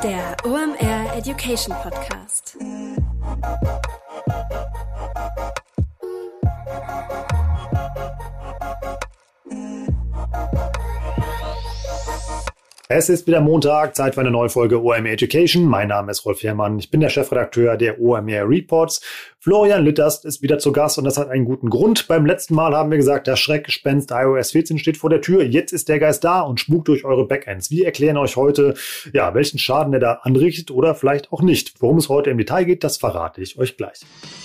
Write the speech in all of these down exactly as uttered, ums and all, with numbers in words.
Der O M R Education Podcast. Es ist wieder Montag, Zeit für eine neue Folge O M R Education. Mein Name ist Rolf Herrmann, ich bin der Chefredakteur der O M R Reports. Florian Litterst ist wieder zu Gast und das hat einen guten Grund. Beim letzten Mal haben wir gesagt, das Schreckgespenst i O S vierzehn steht vor der Tür. Jetzt ist der Geist da und spukt durch eure Backends. Wir erklären euch heute, ja, welchen Schaden er da anrichtet oder vielleicht auch nicht. Worum es heute im Detail geht, das verrate ich euch gleich.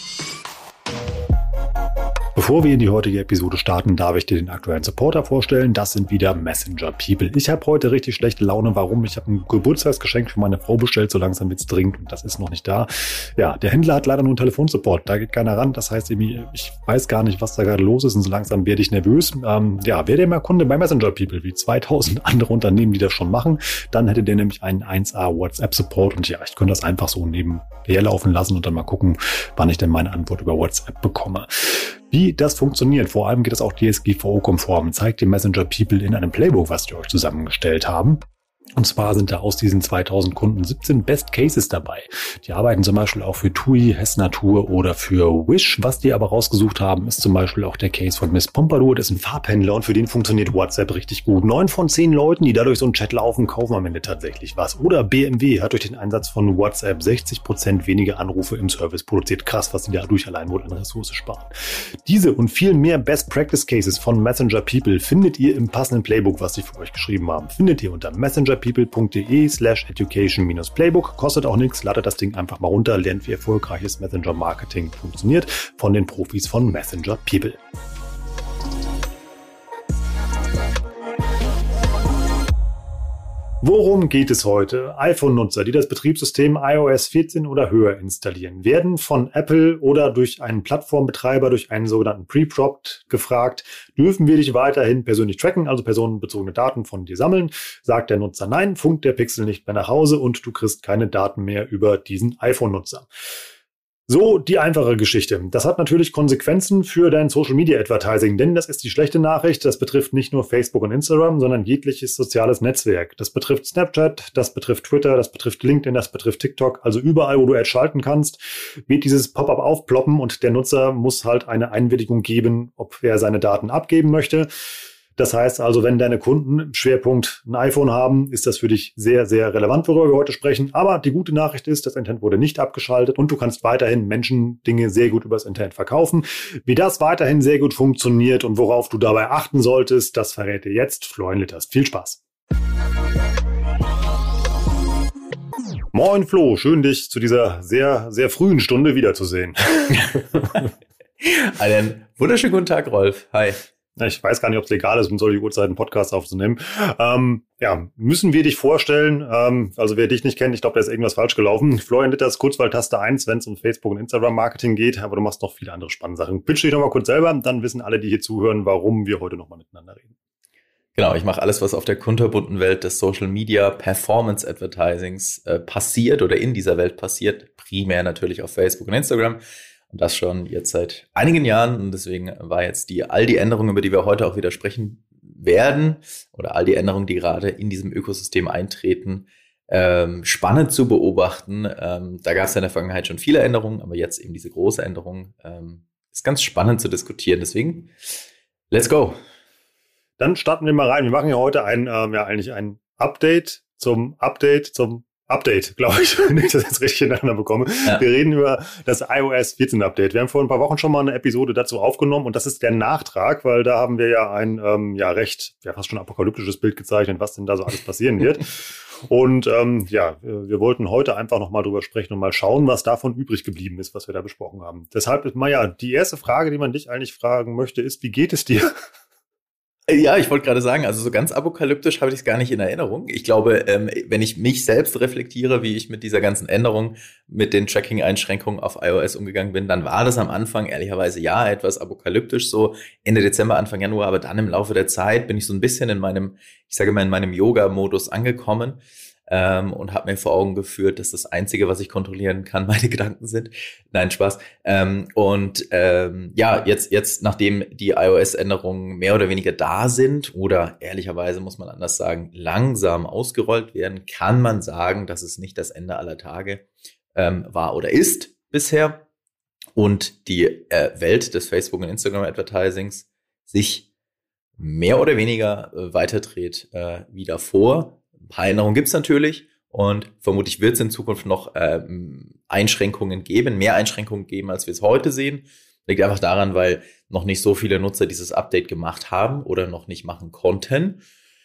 Bevor wir in die heutige Episode starten, darf ich dir den aktuellen Supporter vorstellen. Das sind wieder Messenger People. Ich habe heute richtig schlechte Laune. Warum? Ich habe ein Geburtstagsgeschenk für meine Frau bestellt. So langsam wird's dringend und das ist noch nicht da. Ja, der Händler hat leider nur einen Telefonsupport. Da geht keiner ran. Das heißt, ich weiß gar nicht, was da gerade los ist und so langsam werde ich nervös. Ähm, ja, wäre der mal Kunde bei Messenger People, wie zweitausend andere Unternehmen, die das schon machen, dann hätte der nämlich einen eins A WhatsApp-Support und ja, ich könnte das einfach so nebenher laufen lassen und dann mal gucken, wann ich denn meine Antwort über WhatsApp bekomme. Wie das funktioniert, vor allem geht es auch D S G V O-konform, zeigt die Messenger People in einem Playbook, was wir euch zusammengestellt haben. Und zwar sind da aus diesen zweitausend Kunden siebzehn Best Cases dabei. Die arbeiten zum Beispiel auch für T U I, Hess Natur oder für Wish. Was die aber rausgesucht haben, ist zum Beispiel auch der Case von Miss Pompadour. Das ist ein Farbhändler und für den funktioniert WhatsApp richtig gut. Neun von zehn Leuten, die dadurch so einen Chat laufen, kaufen am Ende tatsächlich was. Oder B M W hat durch den Einsatz von WhatsApp sechzig Prozent weniger Anrufe im Service produziert. Krass, was die dadurch allein wohl an Ressource sparen. Diese und viel mehr Best Practice Cases von Messenger People findet ihr im passenden Playbook, was sie für euch geschrieben haben. Findet ihr unter messenger people.de slash education minus playbook. Kostet auch nichts, ladet das Ding einfach mal runter, lernt wie erfolgreiches Messenger-Marketing funktioniert von den Profis von Messenger People. Worum geht es heute? iPhone-Nutzer, die das Betriebssystem i O S vierzehn oder höher installieren, werden von Apple oder durch einen Plattformbetreiber, durch einen sogenannten Pre-Prompt gefragt, dürfen wir dich weiterhin persönlich tracken, also personenbezogene Daten von dir sammeln? Sagt der Nutzer nein, funkt der Pixel nicht mehr nach Hause und du kriegst keine Daten mehr über diesen iPhone-Nutzer. So die einfache Geschichte. Das hat natürlich Konsequenzen für dein Social Media Advertising, denn das ist die schlechte Nachricht. Das betrifft nicht nur Facebook und Instagram, sondern jegliches soziales Netzwerk. Das betrifft Snapchat, das betrifft Twitter, das betrifft LinkedIn, das betrifft TikTok. Also überall, wo du Ads schalten kannst, wird dieses Pop-up aufploppen und der Nutzer muss halt eine Einwilligung geben, ob er seine Daten abgeben möchte. Das heißt also, wenn deine Kunden im Schwerpunkt ein iPhone haben, ist das für dich sehr, sehr relevant, worüber wir heute sprechen. Aber die gute Nachricht ist, das Internet wurde nicht abgeschaltet und du kannst weiterhin Menschen Dinge sehr gut übers Internet verkaufen. Wie das weiterhin sehr gut funktioniert und worauf du dabei achten solltest, das verrät dir jetzt Florian Litterst. Viel Spaß! Moin Flo, schön dich zu dieser sehr, sehr frühen Stunde wiederzusehen. Einen wunderschönen guten Tag, Rolf. Hi. Ich weiß gar nicht, ob es legal ist, um solche Uhrzeiten einen Podcast aufzunehmen. Ähm, ja, müssen wir dich vorstellen, ähm, also wer dich nicht kennt, ich glaube, da ist irgendwas falsch gelaufen. Florian Litterst, Kurzwahl-Taste eins, wenn es um Facebook- und Instagram-Marketing geht, aber du machst noch viele andere spannende Sachen. Pitch dich nochmal kurz selber, dann wissen alle, die hier zuhören, warum wir heute nochmal miteinander reden. Genau, ich mache alles, was auf der kunterbunten Welt des Social Media Performance Advertisings äh, passiert oder in dieser Welt passiert, primär natürlich auf Facebook und Instagram. Und das schon jetzt seit einigen Jahren. Und deswegen war jetzt die all die Änderungen, über die wir heute auch wieder sprechen werden, oder all die Änderungen, die gerade in diesem Ökosystem eintreten, ähm, spannend zu beobachten. Ähm, da gab es ja in der Vergangenheit schon viele Änderungen, aber jetzt eben diese große Änderung ähm, ist ganz spannend zu diskutieren. Deswegen, let's go. Dann starten wir mal rein. Wir machen ja heute ein, ähm, ja eigentlich ein Update zum Update zum Update, glaube ich, wenn ich das jetzt richtig ineinander bekomme. Ja. Wir reden über das i O S vierzehn Update. Wir haben vor ein paar Wochen schon mal eine Episode dazu aufgenommen und das ist der Nachtrag, weil da haben wir ja ein ähm, ja recht, ja fast schon apokalyptisches Bild gezeichnet, was denn da so alles passieren wird. Und ähm, ja, wir wollten heute einfach nochmal drüber sprechen und mal schauen, was davon übrig geblieben ist, was wir da besprochen haben. Deshalb ist mal ja die erste Frage, die man dich eigentlich fragen möchte, ist, wie geht es dir? Ja, ich wollte gerade sagen, also so ganz apokalyptisch habe ich es gar nicht in Erinnerung. Ich glaube, ähm, wenn ich mich selbst reflektiere, wie ich mit dieser ganzen Änderung, mit den Tracking-Einschränkungen auf iOS umgegangen bin, dann war das am Anfang ehrlicherweise ja etwas apokalyptisch, so Ende Dezember, Anfang Januar, aber dann im Laufe der Zeit bin ich so ein bisschen in meinem, ich sage mal in meinem Yoga-Modus angekommen. ähm, und habe mir vor Augen geführt, dass das Einzige, was ich kontrollieren kann, meine Gedanken sind. Nein, Spaß. Ähm, und ähm, ja, jetzt, jetzt, nachdem die iOS-Änderungen mehr oder weniger da sind oder ehrlicherweise muss man anders sagen, langsam ausgerollt werden, kann man sagen, dass es nicht das Ende aller Tage ähm, war oder ist bisher. Und die äh, Welt des Facebook- und Instagram-Advertisings sich mehr oder weniger äh, weiterdreht äh, wie davor. Ein paar Änderungen gibt es natürlich und vermutlich wird es in Zukunft noch ähm, Einschränkungen geben, mehr Einschränkungen geben, als wir es heute sehen. Liegt einfach daran, weil noch nicht so viele Nutzer dieses Update gemacht haben oder noch nicht machen konnten.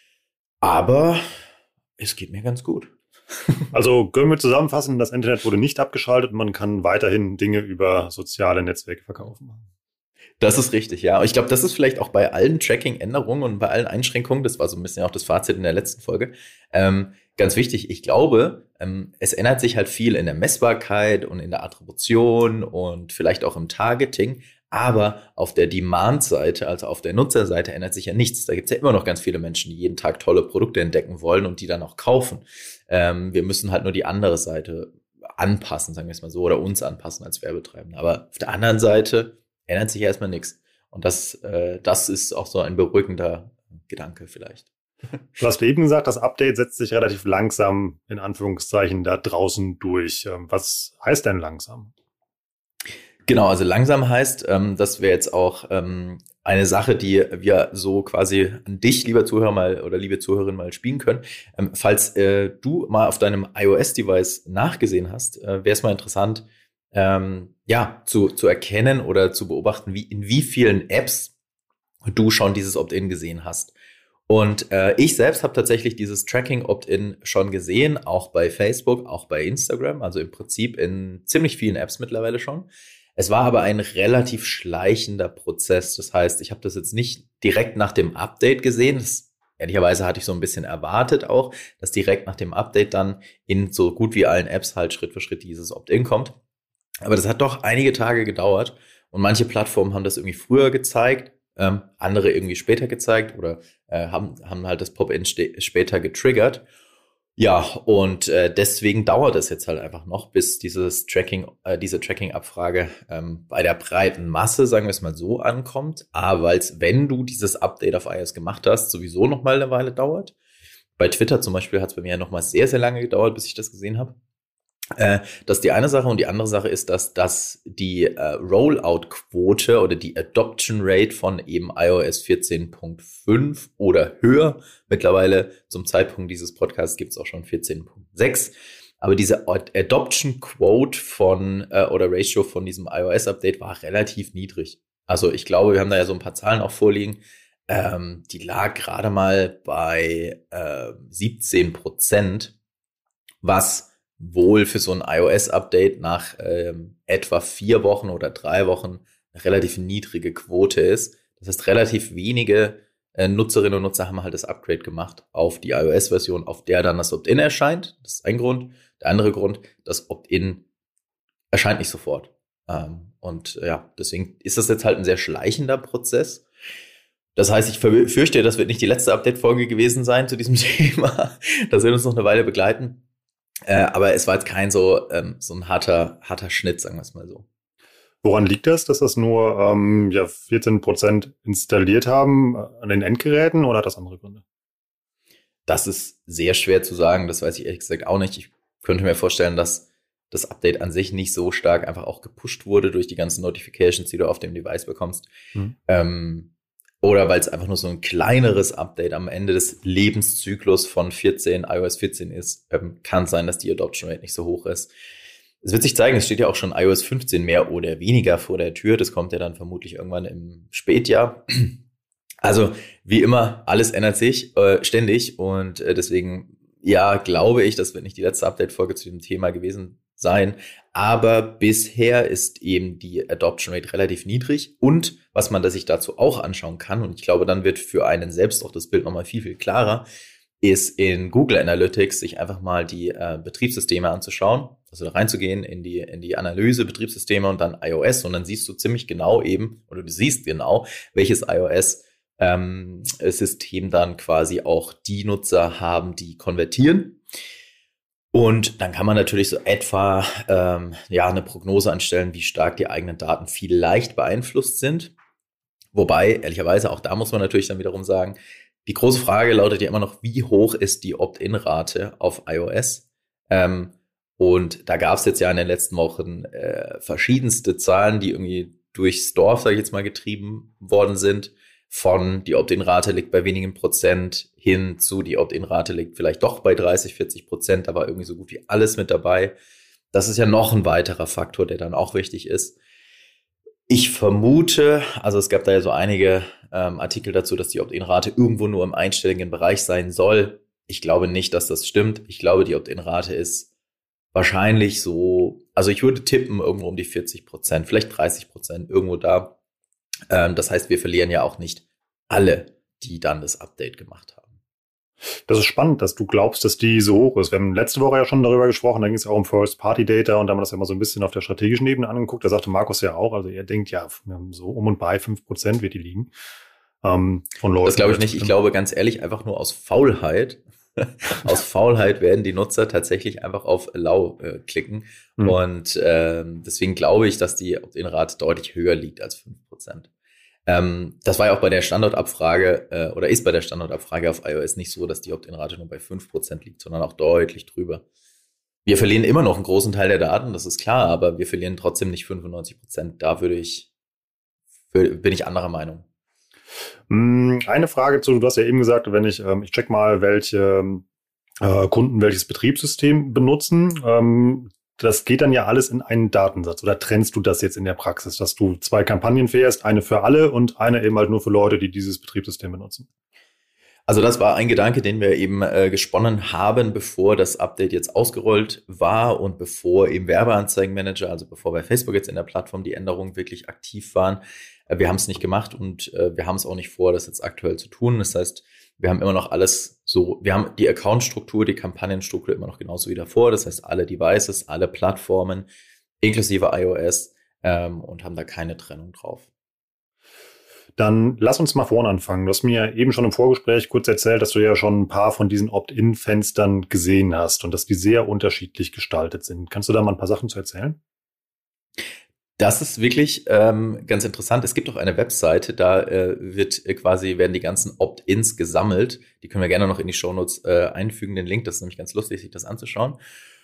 Aber es geht mir ganz gut. Also können wir zusammenfassen, das Internet wurde nicht abgeschaltet und man kann weiterhin Dinge über soziale Netzwerke verkaufen. Das ist richtig, ja. Und ich glaube, das ist vielleicht auch bei allen Tracking-Änderungen und bei allen Einschränkungen, das war so ein bisschen auch das Fazit in der letzten Folge, ähm, ganz wichtig. Ich glaube, ähm, es ändert sich halt viel in der Messbarkeit und in der Attribution und vielleicht auch im Targeting. Aber auf der Demand-Seite, also auf der Nutzerseite, ändert sich ja nichts. Da gibt es ja immer noch ganz viele Menschen, die jeden Tag tolle Produkte entdecken wollen und die dann auch kaufen. Ähm, wir müssen halt nur die andere Seite anpassen, sagen wir es mal so, oder uns anpassen als Werbetreibende. Aber auf der anderen Seite ändert sich erstmal nichts. Und das, äh, das ist auch so ein beruhigender Gedanke vielleicht. Du hast eben gesagt, das Update setzt sich relativ langsam, in Anführungszeichen, da draußen durch. Was heißt denn langsam? Genau, also langsam heißt, ähm, das wäre jetzt auch ähm, eine Sache, die wir so quasi an dich, lieber Zuhörer mal oder liebe Zuhörerin mal spielen können. Ähm, falls äh, du mal auf deinem iOS-Device nachgesehen hast, äh, wäre es mal interessant, ähm, ja, zu, zu erkennen oder zu beobachten, wie in wie vielen Apps du schon dieses Opt-in gesehen hast. Und äh, ich selbst habe tatsächlich dieses Tracking-Opt-in schon gesehen, auch bei Facebook, auch bei Instagram, also im Prinzip in ziemlich vielen Apps mittlerweile schon. Es war aber ein relativ schleichender Prozess. Das heißt, ich habe das jetzt nicht direkt nach dem Update gesehen. Das, ehrlicherweise hatte ich so ein bisschen erwartet auch, dass direkt nach dem Update dann in so gut wie allen Apps halt Schritt für Schritt dieses Opt-in kommt. Aber das hat doch einige Tage gedauert und manche Plattformen haben das irgendwie früher gezeigt, ähm, andere irgendwie später gezeigt oder äh, haben, haben halt das Pop-in ste- später getriggert. Ja, und äh, deswegen dauert es jetzt halt einfach noch, bis dieses Tracking, äh, diese Tracking-Abfrage ähm, bei der breiten Masse, sagen wir es mal so, ankommt. A, weil es, wenn du dieses Update auf iOS gemacht hast, sowieso noch mal eine Weile dauert. Bei Twitter zum Beispiel hat es bei mir ja noch mal sehr, sehr lange gedauert, bis ich das gesehen habe. Äh, das ist die eine Sache und die andere Sache ist, dass, dass die äh, Rollout-Quote oder die Adoption Rate von eben iOS vierzehn Punkt fünf oder höher, mittlerweile zum Zeitpunkt dieses Podcasts gibt es auch schon vierzehn Punkt sechs, aber diese Adoption Quote von äh, oder Ratio von diesem iOS-Update war relativ niedrig. Also ich glaube, wir haben da ja so ein paar Zahlen auch vorliegen, ähm, die lag gerade mal bei äh, siebzehn Prozent, was wohl für so ein iOS-Update nach ähm, etwa vier Wochen oder drei Wochen eine relativ niedrige Quote ist. Das heißt, relativ wenige äh, Nutzerinnen und Nutzer haben halt das Upgrade gemacht auf die iOS-Version, auf der dann das Opt-in erscheint. Das ist ein Grund. Der andere Grund, das Opt-in erscheint nicht sofort. Ähm, und äh, ja, deswegen ist das jetzt halt ein sehr schleichender Prozess. Das heißt, ich fürchte, das wird nicht die letzte Update-Folge gewesen sein zu diesem Thema. Das wird uns noch eine Weile begleiten. Äh, aber es war jetzt kein so, ähm, so ein harter, harter Schnitt, sagen wir es mal so. Woran liegt das, dass das nur ähm, ja, vierzehn Prozent installiert haben an den Endgeräten oder hat das andere Gründe? Das ist sehr schwer zu sagen, das weiß ich ehrlich gesagt auch nicht. Ich könnte mir vorstellen, dass das Update an sich nicht so stark einfach auch gepusht wurde durch die ganzen Notifications, die du auf dem Device bekommst. Hm. Ähm, Oder weil es einfach nur so ein kleineres Update am Ende des Lebenszyklus von vierzehn, iOS vierzehn ist, ähm, kann sein, dass die Adoption Rate nicht so hoch ist. Es wird sich zeigen, es steht ja auch schon iOS fünfzehn mehr oder weniger vor der Tür. Das kommt ja dann vermutlich irgendwann im Spätjahr. Also wie immer, alles ändert sich äh, ständig und äh, deswegen, ja, glaube ich, das wird nicht die letzte Update-Folge zu dem Thema gewesen sein. Aber bisher ist eben die Adoption Rate relativ niedrig. Und was man sich dazu auch anschauen kann, und ich glaube, dann wird für einen selbst auch das Bild nochmal viel, viel klarer, ist in Google Analytics sich einfach mal die äh, Betriebssysteme anzuschauen. Also da reinzugehen in die, in die Analyse Betriebssysteme und dann iOS. Und dann siehst du ziemlich genau eben, oder du siehst genau, welches iOS ähm, System dann quasi auch die Nutzer haben, die konvertieren. Und dann kann man natürlich so etwa ähm, ja eine Prognose anstellen, wie stark die eigenen Daten vielleicht beeinflusst sind. Wobei, ehrlicherweise, auch da muss man natürlich dann wiederum sagen, die große Frage lautet ja immer noch, wie hoch ist die Opt-in-Rate auf iOS? Ähm, und da gab es jetzt ja in den letzten Wochen äh, verschiedenste Zahlen, die irgendwie durchs Dorf, sag ich jetzt mal, getrieben worden sind. Von die Opt-in-Rate liegt bei wenigen Prozent hin zu die Opt-in-Rate liegt vielleicht doch bei dreißig, vierzig Prozent, da war irgendwie so gut wie alles mit dabei. Das ist ja noch ein weiterer Faktor, der dann auch wichtig ist. Ich vermute, also es gab da ja so einige ähm, Artikel dazu, dass die Opt-in-Rate irgendwo nur im einstelligen Bereich sein soll. Ich glaube nicht, dass das stimmt. Ich glaube, die Opt-in-Rate ist wahrscheinlich so, also ich würde tippen irgendwo um die vierzig Prozent, vielleicht dreißig Prozent, irgendwo da. Ähm, das heißt, wir verlieren ja auch nicht alle, die dann das Update gemacht haben. Das ist spannend, dass du glaubst, dass die so hoch ist. Wir haben letzte Woche ja schon darüber gesprochen, da ging es auch um First-Party-Data und da haben wir das ja mal so ein bisschen auf der strategischen Ebene angeguckt. Da sagte Markus ja auch, also er denkt ja, so um und bei fünf Prozent wird die liegen. Ähm, von Leuten. Das glaube ich nicht. Ich glaube ganz ehrlich einfach nur aus Faulheit. Aus Faulheit werden die Nutzer tatsächlich einfach auf Allow äh, klicken. Mhm. Und ähm, deswegen glaube ich, dass die Opt-in-Rate deutlich höher liegt als fünf Prozent. Ähm, das war ja auch bei der Standortabfrage äh, oder ist bei der Standortabfrage auf iOS nicht so, dass die Opt-in-Rate nur bei fünf Prozent liegt, sondern auch deutlich drüber. Wir verlieren immer noch einen großen Teil der Daten, das ist klar, aber wir verlieren trotzdem nicht fünfundneunzig Prozent. Da würde ich, für, bin ich anderer Meinung. Eine Frage zu, du hast ja eben gesagt, wenn ich, ähm, ich check mal, welche äh, Kunden welches Betriebssystem benutzen. Ähm, das geht dann ja alles in einen Datensatz. Oder trennst du das jetzt in der Praxis, dass du zwei Kampagnen fährst, eine für alle und eine eben halt nur für Leute, die dieses Betriebssystem benutzen? Also das war ein Gedanke, den wir eben äh, gesponnen haben, bevor das Update jetzt ausgerollt war und bevor im Werbeanzeigenmanager, also bevor bei Facebook jetzt in der Plattform die Änderungen wirklich aktiv waren. Äh, wir haben es nicht gemacht und äh, wir haben es auch nicht vor, das jetzt aktuell zu tun. Das heißt, wir haben immer noch alles so, wir haben die Account-Struktur, die Kampagnenstruktur immer noch genauso wie davor. Das heißt, alle Devices, alle Plattformen, inklusive iOS ähm, und haben da keine Trennung drauf. Dann lass uns mal vorne anfangen. Du hast mir eben schon im Vorgespräch kurz erzählt, dass du ja schon ein paar von diesen Opt-in-Fenstern gesehen hast und dass die sehr unterschiedlich gestaltet sind. Kannst du da mal ein paar Sachen zu erzählen? Das ist wirklich ähm, ganz interessant. Es gibt auch eine Webseite, da äh, wird äh, quasi werden die ganzen Opt-ins gesammelt. Die können wir gerne noch in die Shownotes äh, einfügen, den Link. Das ist nämlich ganz lustig, sich das anzuschauen.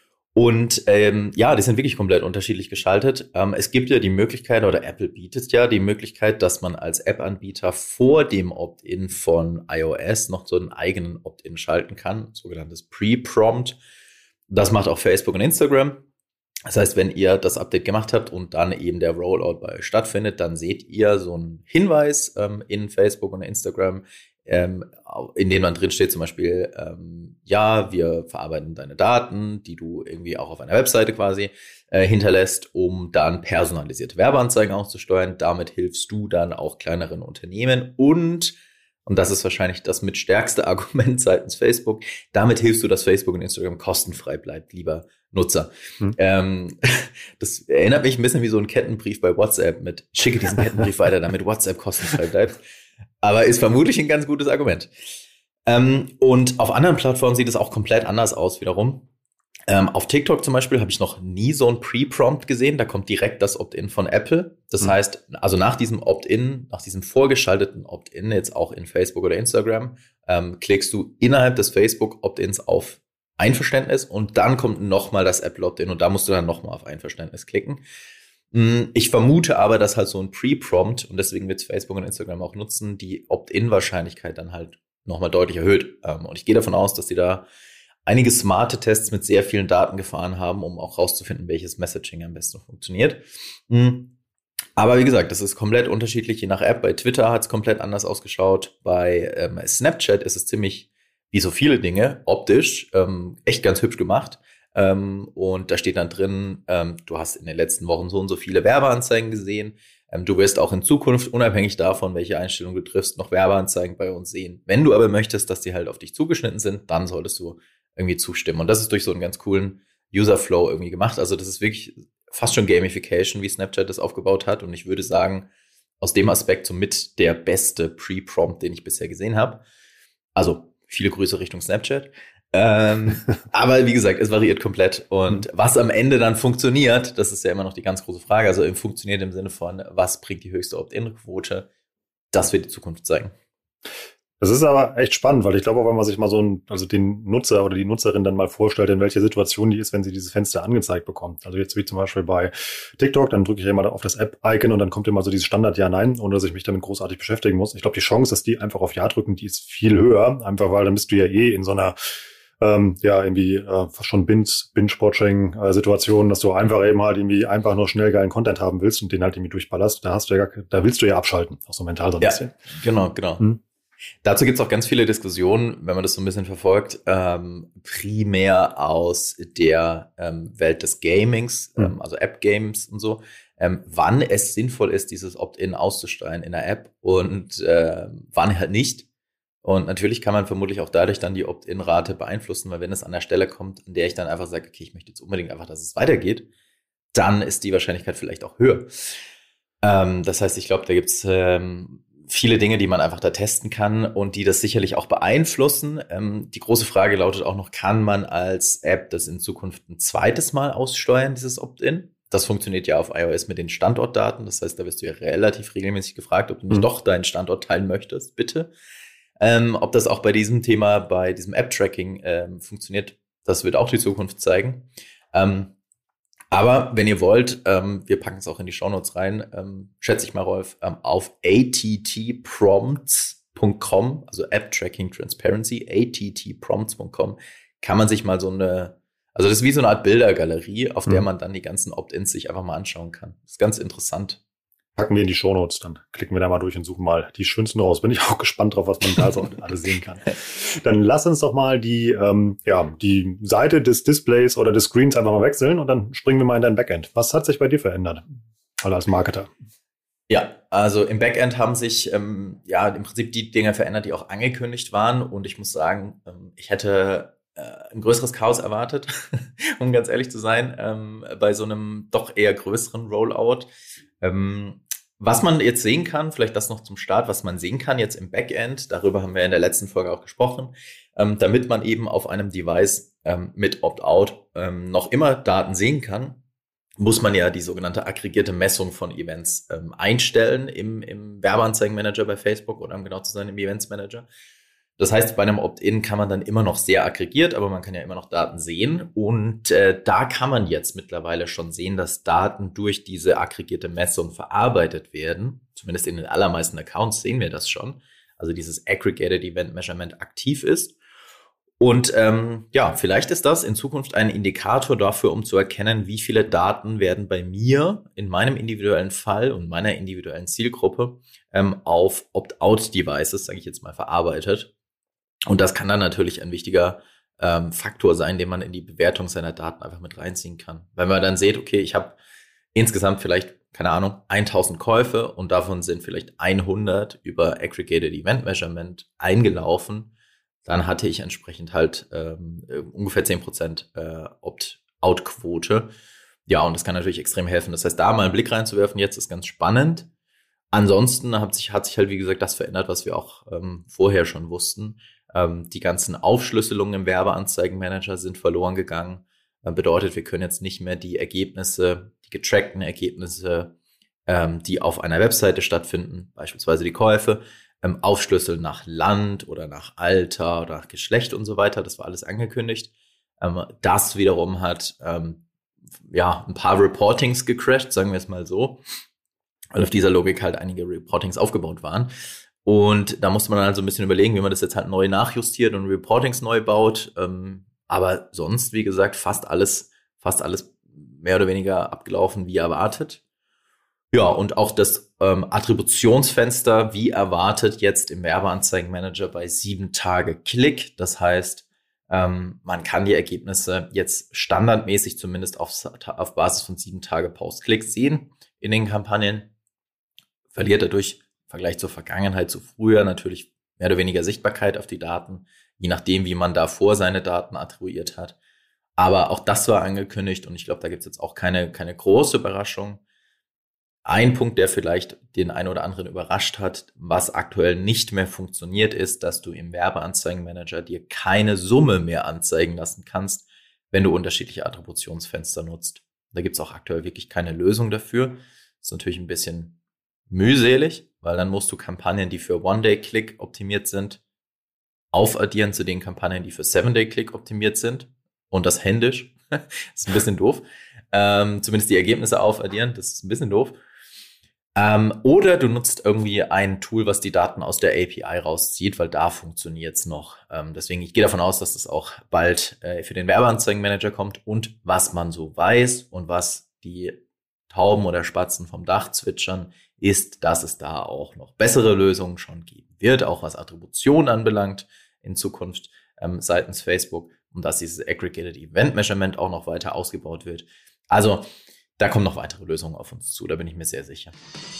Und ähm, ja, die sind wirklich komplett unterschiedlich geschaltet. Ähm, es gibt ja die Möglichkeit, oder Apple bietet ja die Möglichkeit, dass man als App-Anbieter vor dem Opt-in von iOS noch so einen eigenen Opt-in schalten kann, sogenanntes Pre-Prompt. Das macht auch Facebook und Instagram. Das heißt, wenn ihr das Update gemacht habt und dann eben der Rollout bei euch stattfindet, dann seht ihr so einen Hinweis ähm, in Facebook und Instagram, ähm, in dem dann drin steht zum Beispiel, ähm, ja, wir verarbeiten deine Daten, die du irgendwie auch auf einer Webseite quasi äh, hinterlässt, um dann personalisierte Werbeanzeigen auszusteuern. Damit hilfst du dann auch kleineren Unternehmen und, und das ist wahrscheinlich das mit stärkste Argument seitens Facebook, damit hilfst du, dass Facebook und Instagram kostenfrei bleibt, lieber Nutzer. Hm. Ähm, das erinnert mich ein bisschen wie so ein Kettenbrief bei WhatsApp mit, schicke diesen Kettenbrief weiter, damit WhatsApp kostenfrei bleibt. Aber ist vermutlich ein ganz gutes Argument. Ähm, und auf anderen Plattformen sieht es auch komplett anders aus wiederum. Ähm, auf TikTok zum Beispiel habe ich noch nie so ein Pre-Prompt gesehen. Da kommt direkt das Opt-in von Apple. Das mhm. heißt, also nach diesem Opt-in, nach diesem vorgeschalteten Opt-in, jetzt auch in Facebook oder Instagram, ähm, klickst du innerhalb des Facebook-Opt-ins auf Einverständnis und dann kommt nochmal das Apple Opt-in und da musst du dann nochmal auf Einverständnis klicken. Ich vermute aber, dass halt so ein Pre-Prompt, und deswegen wird Facebook und Instagram auch nutzen, die Opt-in-Wahrscheinlichkeit dann halt nochmal deutlich erhöht. Und ich gehe davon aus, dass die da einige smarte Tests mit sehr vielen Daten gefahren haben, um auch rauszufinden, welches Messaging am besten funktioniert. Aber wie gesagt, das ist komplett unterschiedlich, je nach App. Bei Twitter hat es komplett anders ausgeschaut. Bei ähm, Snapchat ist es ziemlich, wie so viele Dinge, optisch, ähm, echt ganz hübsch gemacht. Ähm, und da steht dann drin, ähm, du hast in den letzten Wochen so und so viele Werbeanzeigen gesehen. Ähm, du wirst auch in Zukunft, unabhängig davon, welche Einstellung du triffst, noch Werbeanzeigen bei uns sehen. Wenn du aber möchtest, dass die halt auf dich zugeschnitten sind, dann solltest du irgendwie zustimmen. Und das ist durch so einen ganz coolen User-Flow irgendwie gemacht. Also das ist wirklich fast schon Gamification, wie Snapchat das aufgebaut hat. Und ich würde sagen, aus dem Aspekt somit der beste Pre-Prompt, den ich bisher gesehen habe. Also viele Grüße Richtung Snapchat. ähm, aber wie gesagt, es variiert komplett. Und was am Ende dann funktioniert, das ist ja immer noch die ganz große Frage. Also funktioniert im Sinne von, was bringt die höchste Opt-in-Quote? Das wird die Zukunft zeigen. Das ist aber echt spannend, weil ich glaube, auch wenn man sich mal so ein, also den Nutzer oder die Nutzerin dann mal vorstellt, in welcher Situation die ist, wenn sie dieses Fenster angezeigt bekommt. Also jetzt wie zum Beispiel bei TikTok, dann drücke ich immer auf das App-Icon und dann kommt immer so dieses Standard-Ja-Nein, ohne dass ich mich damit großartig beschäftigen muss. Ich glaube, die Chance, dass die einfach auf Ja drücken, die ist viel höher, einfach weil dann bist du ja eh in so einer ähm, ja irgendwie äh, fast schon Binge-Watching-Situation, dass du einfach eben halt irgendwie einfach nur schnell geilen Content haben willst und den halt irgendwie durchballerst. Da hast du ja gar, da willst du ja abschalten, auch so mental so ein ja, bisschen. Genau, genau. Hm. Dazu gibt es auch ganz viele Diskussionen, wenn man das so ein bisschen verfolgt, ähm, primär aus der ähm, Welt des Gamings, mhm. ähm, also App-Games und so, ähm, wann es sinnvoll ist, dieses Opt-in auszusteuern in der App und äh, wann halt nicht. Und natürlich kann man vermutlich auch dadurch dann die Opt-in-Rate beeinflussen, weil wenn es an der Stelle kommt, an der ich dann einfach sage, okay, ich möchte jetzt unbedingt einfach, dass es weitergeht, dann ist die Wahrscheinlichkeit vielleicht auch höher. Ähm, das heißt, ich glaube, da gibt's ähm, viele Dinge, die man einfach da testen kann und die das sicherlich auch beeinflussen. Ähm, die große Frage lautet auch noch, kann man als App das in Zukunft ein zweites Mal aussteuern, dieses Opt-in? Das funktioniert ja auf iOS mit den Standortdaten. Das heißt, da wirst du ja relativ regelmäßig gefragt, ob du nicht mhm. doch deinen Standort teilen möchtest, bitte. Ähm, ob das auch bei diesem Thema, bei diesem App-Tracking ähm, funktioniert, das wird auch die Zukunft zeigen. Ähm, Aber wenn ihr wollt, ähm, wir packen es auch in die Shownotes rein, ähm, schätze ich mal, Rolf, ähm, auf a t t prompts punkt com, also App Tracking Transparency, a t t prompts punkt com, kann man sich mal so eine, also das ist wie so eine Art Bildergalerie, auf mhm. der man dann die ganzen Opt-ins sich einfach mal anschauen kann. Das ist ganz interessant. Packen wir in die Shownotes, dann klicken wir da mal durch und suchen mal die schönsten raus. Bin ich auch gespannt drauf, was man da so alles sehen kann. Dann lass uns doch mal die, ähm, ja, die Seite des Displays oder des Screens einfach mal wechseln und dann springen wir mal in dein Backend. Was hat sich bei dir verändert? Also als Marketer. Ja, also im Backend haben sich ähm, ja im Prinzip die Dinge verändert, die auch angekündigt waren. Und ich muss sagen, ähm, ich hätte äh, ein größeres Chaos erwartet, um ganz ehrlich zu sein, ähm, bei so einem doch eher größeren Rollout. Ähm, Was man jetzt sehen kann, vielleicht das noch zum Start, was man sehen kann jetzt im Backend, darüber haben wir in der letzten Folge auch gesprochen, ähm, damit man eben auf einem Device ähm, mit Opt-out ähm, noch immer Daten sehen kann, muss man ja die sogenannte aggregierte Messung von Events ähm, einstellen im, im Werbeanzeigenmanager bei Facebook oder um genau zu sein im Events Manager. Das heißt, bei einem Opt-in kann man dann immer noch sehr aggregiert, aber man kann ja immer noch Daten sehen. Und äh, da kann man jetzt mittlerweile schon sehen, dass Daten durch diese aggregierte Messung verarbeitet werden. Zumindest in den allermeisten Accounts sehen wir das schon. Also dieses Aggregated Event Measurement aktiv ist. Und ähm, ja, vielleicht ist das in Zukunft ein Indikator dafür, um zu erkennen, wie viele Daten werden bei mir in meinem individuellen Fall und meiner individuellen Zielgruppe ähm, auf Opt-out-Devices, sage ich jetzt mal, verarbeitet. Und das kann dann natürlich ein wichtiger ähm, Faktor sein, den man in die Bewertung seiner Daten einfach mit reinziehen kann. Weil man dann sieht, okay, ich habe insgesamt vielleicht, keine Ahnung, tausend Käufe und davon sind vielleicht hundert über Aggregated Event Measurement eingelaufen. Dann hatte ich entsprechend halt ähm, ungefähr zehn Prozent äh, Opt-out-Quote. Ja, und das kann natürlich extrem helfen. Das heißt, da mal einen Blick reinzuwerfen, jetzt ist ganz spannend. Ansonsten hat sich, hat sich halt, wie gesagt, das verändert, was wir auch ähm, vorher schon wussten. Ähm, die ganzen Aufschlüsselungen im Werbeanzeigenmanager sind verloren gegangen. Äh, bedeutet, wir können jetzt nicht mehr die Ergebnisse, die getrackten Ergebnisse, ähm, die auf einer Webseite stattfinden, beispielsweise die Käufe, ähm, aufschlüsseln nach Land oder nach Alter oder nach Geschlecht und so weiter. Das war alles angekündigt. Ähm, das wiederum hat ähm, ja ein paar Reportings gecrashed, sagen wir es mal so, weil auf dieser Logik halt einige Reportings aufgebaut waren. Und da musste man dann halt so ein bisschen überlegen, wie man das jetzt halt neu nachjustiert und Reportings neu baut. Ähm, aber sonst, wie gesagt, fast alles, fast alles mehr oder weniger abgelaufen, wie erwartet. Ja, und auch das ähm, Attributionsfenster, wie erwartet, jetzt im Werbeanzeigenmanager bei sieben Tage Klick. Das heißt, ähm, man kann die Ergebnisse jetzt standardmäßig zumindest auf, auf Basis von sieben Tage Post-Klick sehen in den Kampagnen. Verliert dadurch im Vergleich zur Vergangenheit, zu früher natürlich mehr oder weniger Sichtbarkeit auf die Daten, je nachdem, wie man davor seine Daten attribuiert hat. Aber auch das war angekündigt und ich glaube, da gibt es jetzt auch keine, keine große Überraschung. Ein Punkt, der vielleicht den einen oder anderen überrascht hat, was aktuell nicht mehr funktioniert, ist, dass du im Werbeanzeigenmanager dir keine Summe mehr anzeigen lassen kannst, wenn du unterschiedliche Attributionsfenster nutzt. Da gibt es auch aktuell wirklich keine Lösung dafür. Das ist natürlich ein bisschen mühselig, weil dann musst du Kampagnen, die für One-Day-Click optimiert sind, aufaddieren zu den Kampagnen, die für Seven-Day-Click optimiert sind. Und das händisch. Das ist ein bisschen doof. Ähm, zumindest die Ergebnisse aufaddieren. Das ist ein bisschen doof. Ähm, oder du nutzt irgendwie ein Tool, was die Daten aus der A P I rauszieht, weil da funktioniert es noch. Ähm, deswegen, ich gehe davon aus, dass das auch bald äh, für den Werbeanzeigenmanager kommt. Und was man so weiß und was die Tauben oder Spatzen vom Dach zwitschern, ist, dass es da auch noch bessere Lösungen schon geben wird, auch was Attribution anbelangt in Zukunft ähm, seitens Facebook und dass dieses Aggregated Event Measurement auch noch weiter ausgebaut wird. Also da kommen noch weitere Lösungen auf uns zu, da bin ich mir sehr sicher.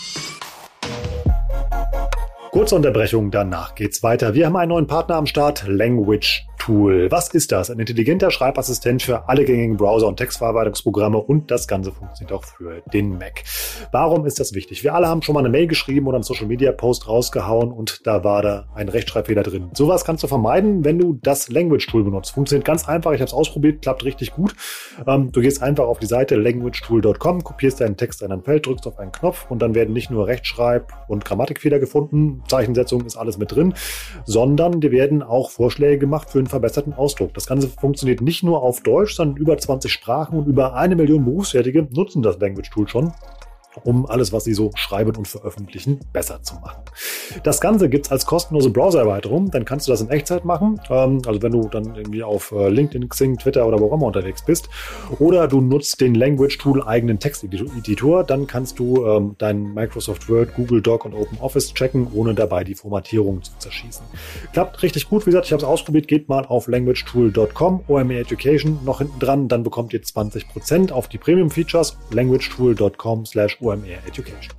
Kurze Unterbrechung, danach geht's weiter. Wir haben einen neuen Partner am Start, Language Tool. Was ist das? Ein intelligenter Schreibassistent für alle gängigen Browser- und Textverarbeitungsprogramme und das Ganze funktioniert auch für den Mac. Warum ist das wichtig? Wir alle haben schon mal eine Mail geschrieben oder einen Social-Media-Post rausgehauen und da war da ein Rechtschreibfehler drin. Sowas kannst du vermeiden, wenn du das Language Tool benutzt. Funktioniert ganz einfach. Ich habe es ausprobiert, klappt richtig gut. Ähm, du gehst einfach auf die Seite language tool dot com, kopierst deinen Text in ein Feld, drückst auf einen Knopf und dann werden nicht nur Rechtschreib- und Grammatikfehler gefunden, Zeichensetzung ist alles mit drin, sondern dir werden auch Vorschläge gemacht für einen verbesserten Ausdruck. Das Ganze funktioniert nicht nur auf Deutsch, sondern über zwanzig Sprachen und über eine Million Berufsfertige nutzen das Language Tool schon, um alles, was sie so schreiben und veröffentlichen, besser zu machen. Das Ganze gibt's als kostenlose Browser-Erweiterung. Dann kannst du das in Echtzeit machen. Ähm, also wenn du dann irgendwie auf äh, LinkedIn, Xing, Twitter oder wo auch immer unterwegs bist. Oder du nutzt den Language Tool eigenen Texteditor. Dann kannst du ähm, deinen Microsoft Word, Google Doc und OpenOffice checken, ohne dabei die Formatierung zu zerschießen. Klappt richtig gut. Wie gesagt, ich habe es ausprobiert. Geht mal auf language tool dot com, O M E Education noch hinten dran. Dann bekommt ihr zwanzig Prozent auf die Premium-Features. language tool dot com slash O M E Education.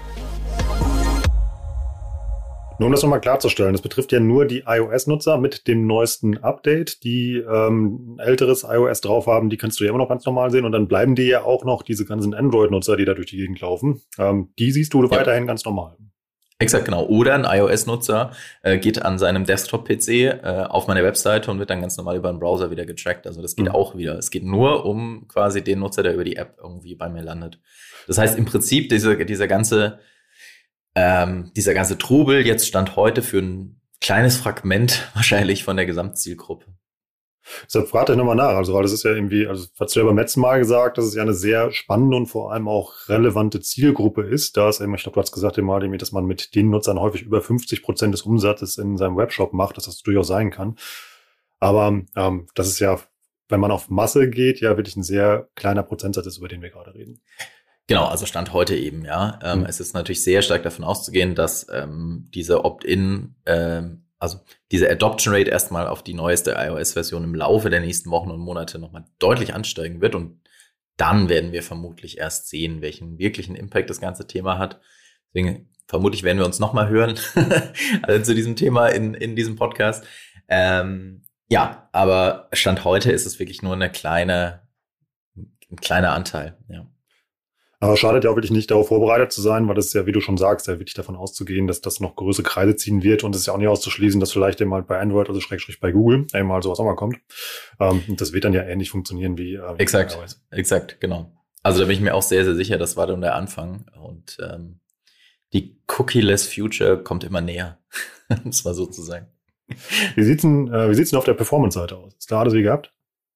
Nur um das nochmal klarzustellen, das betrifft ja nur die iOS-Nutzer mit dem neuesten Update, die ähm, älteres iOS drauf haben, die kannst du ja immer noch ganz normal sehen und dann bleiben dir ja auch noch diese ganzen Android-Nutzer, die da durch die Gegend laufen. Ähm, die siehst du ja weiterhin ganz normal. Exakt, genau. Oder ein iOS-Nutzer äh, geht an seinem Desktop-P C äh, auf meine Webseite und wird dann ganz normal über den Browser wieder getrackt. Also das geht mhm. auch wieder. Es geht nur um quasi den Nutzer, der über die App irgendwie bei mir landet. Das heißt im Prinzip, diese, dieser ganze ähm, dieser ganze Trubel jetzt stand heute für ein kleines Fragment wahrscheinlich von der Gesamtzielgruppe. Deshalb fragt euch nochmal nach, also weil das ist ja irgendwie, also hast du ja beim letzten Mal gesagt, dass es ja eine sehr spannende und vor allem auch relevante Zielgruppe ist. Da ist eben, ich glaube, du hast gesagt, dass man mit den Nutzern häufig über fünfzig Prozent des Umsatzes in seinem Webshop macht, dass das durchaus sein kann. Aber ähm, das ist ja, wenn man auf Masse geht, ja wirklich ein sehr kleiner Prozentsatz ist, über den wir gerade reden. Genau, also Stand heute eben, ja. Ähm, mhm. Es ist natürlich sehr stark davon auszugehen, dass ähm, diese Opt-in, ähm, also diese Adoption Rate erstmal auf die neueste iOS-Version im Laufe der nächsten Wochen und Monate nochmal deutlich ansteigen wird. Und dann werden wir vermutlich erst sehen, welchen wirklichen Impact das ganze Thema hat. Deswegen vermutlich werden wir uns nochmal hören also zu diesem Thema in, in diesem Podcast. Ähm, ja, aber Stand heute ist es wirklich nur eine kleine, ein kleiner Anteil, ja. Aber schadet ja auch wirklich nicht, darauf vorbereitet zu sein, weil das ist ja, wie du schon sagst, ja wirklich davon auszugehen, dass das noch größere Kreise ziehen wird und es ist ja auch nicht auszuschließen, dass vielleicht eben halt bei Android, also Schrägstrich bei Google, eben mal sowas auch mal kommt. Ähm, und das wird dann ja ähnlich funktionieren wie, äh, wie Exakt, iOS. Exakt, genau. Also da bin ich mir auch sehr, sehr sicher, das war dann der Anfang und ähm, die Cookie-less Future kommt immer näher, um es mal so zu sagen. Wie sieht's denn, äh, wie sieht's denn auf der Performance-Seite aus? Ist da alles wie gehabt?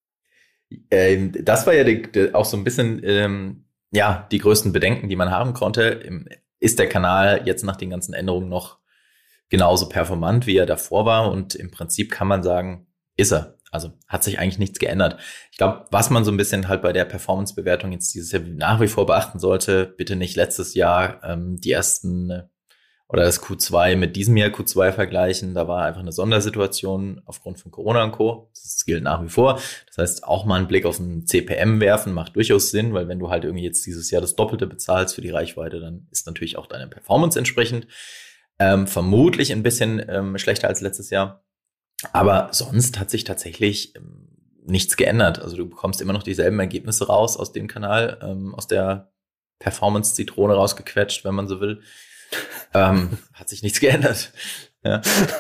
Ähm, das war ja die, die, auch so ein bisschen ähm, ja, die größten Bedenken, die man haben konnte. Ist der Kanal jetzt nach den ganzen Änderungen noch genauso performant, wie er davor war? Und im Prinzip kann man sagen, ist er. Also hat sich eigentlich nichts geändert. Ich glaube, was man so ein bisschen halt bei der Performance-Bewertung jetzt dieses Jahr nach wie vor beachten sollte, bitte nicht letztes Jahr ähm, die ersten oder das Q zwei mit diesem Jahr Q zwei vergleichen. Da war einfach eine Sondersituation aufgrund von Corona und Co. Das gilt nach wie vor. Das heißt, auch mal einen Blick auf ein C P M werfen macht durchaus Sinn, weil wenn du halt irgendwie jetzt dieses Jahr das Doppelte bezahlst für die Reichweite, dann ist natürlich auch deine Performance entsprechend ähm, vermutlich ein bisschen ähm, schlechter als letztes Jahr. Aber sonst hat sich tatsächlich ähm, nichts geändert. Also du bekommst immer noch dieselben Ergebnisse raus aus dem Kanal, ähm, aus der Performance-Zitrone rausgequetscht, wenn man so will. ähm, hat sich nichts geändert. Ja.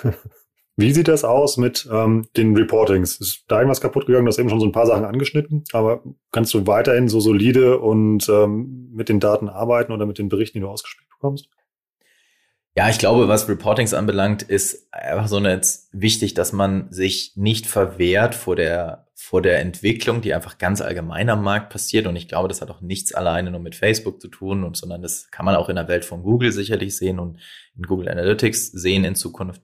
Wie sieht das aus mit ähm, den Reportings? Ist da irgendwas kaputt gegangen? Du hast eben schon so ein paar Sachen angeschnitten, aber kannst du weiterhin so solide und ähm, mit den Daten arbeiten oder mit den Berichten, die du ausgespielt bekommst? Ja, ich glaube, was Reportings anbelangt, ist einfach so jetzt wichtig, dass man sich nicht verwehrt vor der vor der Entwicklung, die einfach ganz allgemein am Markt passiert. Und ich glaube, das hat auch nichts alleine nur mit Facebook zu tun, und sondern das kann man auch in der Welt von Google sicherlich sehen und in Google Analytics sehen in Zukunft,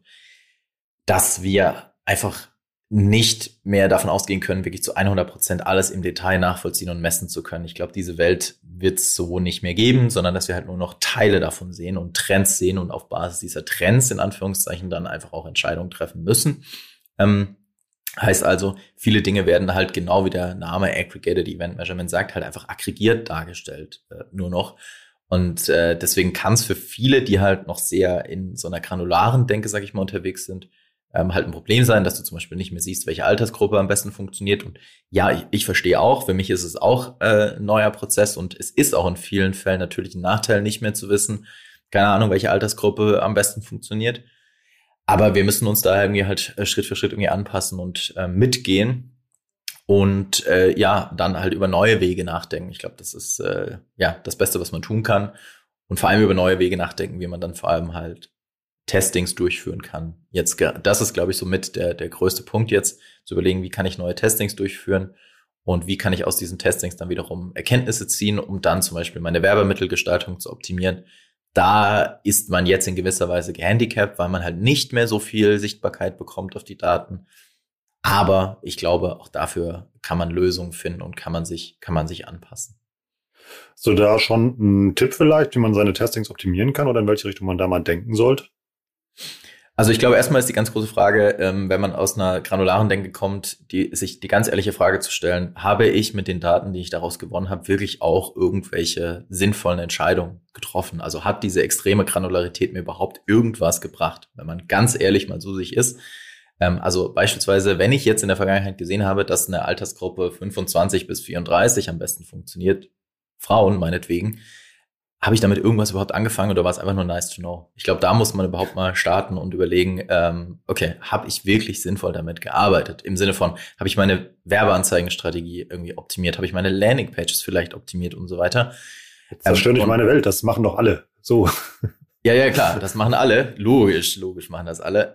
dass wir einfach nicht mehr davon ausgehen können, wirklich zu hundert Prozent alles im Detail nachvollziehen und messen zu können. Ich glaube, diese Welt wird es so nicht mehr geben, sondern dass wir halt nur noch Teile davon sehen und Trends sehen und auf Basis dieser Trends in Anführungszeichen dann einfach auch Entscheidungen treffen müssen. Ähm, heißt also, viele Dinge werden halt genau wie der Name Aggregated Event Measurement sagt, halt einfach aggregiert dargestellt, äh, nur noch. Und äh, deswegen kann es für viele, die halt noch sehr in so einer granularen Denke, sag ich mal, unterwegs sind, Ähm, halt ein Problem sein, dass du zum Beispiel nicht mehr siehst, welche Altersgruppe am besten funktioniert. Und ja, ich, ich verstehe auch, für mich ist es auch äh, ein neuer Prozess, und es ist auch in vielen Fällen natürlich ein Nachteil, nicht mehr zu wissen, keine Ahnung, welche Altersgruppe am besten funktioniert. Aber wir müssen uns da irgendwie halt äh, Schritt für Schritt irgendwie anpassen und äh, mitgehen und äh, ja, dann halt über neue Wege nachdenken. Ich glaube, das ist äh, ja das Beste, was man tun kann, und vor allem über neue Wege nachdenken, wie man dann vor allem halt Testings durchführen kann. Jetzt, das ist, glaube ich, so mit der, der größte Punkt jetzt, zu überlegen, wie kann ich neue Testings durchführen und wie kann ich aus diesen Testings dann wiederum Erkenntnisse ziehen, um dann zum Beispiel meine Werbemittelgestaltung zu optimieren. Da ist man jetzt in gewisser Weise gehandicapt, weil man halt nicht mehr so viel Sichtbarkeit bekommt auf die Daten. Aber ich glaube, auch dafür kann man Lösungen finden und kann man sich, kann man sich anpassen. So, da schon ein Tipp vielleicht, wie man seine Testings optimieren kann oder in welche Richtung man da mal denken sollte? Also ich glaube, erstmal ist die ganz große Frage, ähm, wenn man aus einer granularen Denke kommt, die, sich die ganz ehrliche Frage zu stellen, habe ich mit den Daten, die ich daraus gewonnen habe, wirklich auch irgendwelche sinnvollen Entscheidungen getroffen? Also hat diese extreme Granularität mir überhaupt irgendwas gebracht, wenn man ganz ehrlich mal so sich ist? Ähm, also beispielsweise, wenn ich jetzt in der Vergangenheit gesehen habe, dass eine Altersgruppe fünfundzwanzig bis vierunddreißig am besten funktioniert, Frauen meinetwegen, habe ich damit irgendwas überhaupt angefangen oder war es einfach nur nice to know? Ich glaube, da muss man überhaupt mal starten und überlegen, ähm, okay, habe ich wirklich sinnvoll damit gearbeitet? Im Sinne von, habe ich meine Werbeanzeigenstrategie irgendwie optimiert? Habe ich meine Landingpages vielleicht optimiert und so weiter? Jetzt zerstöre nicht meine Welt, das machen doch alle. So. Ja, ja, klar, das machen alle. Logisch, logisch machen das alle.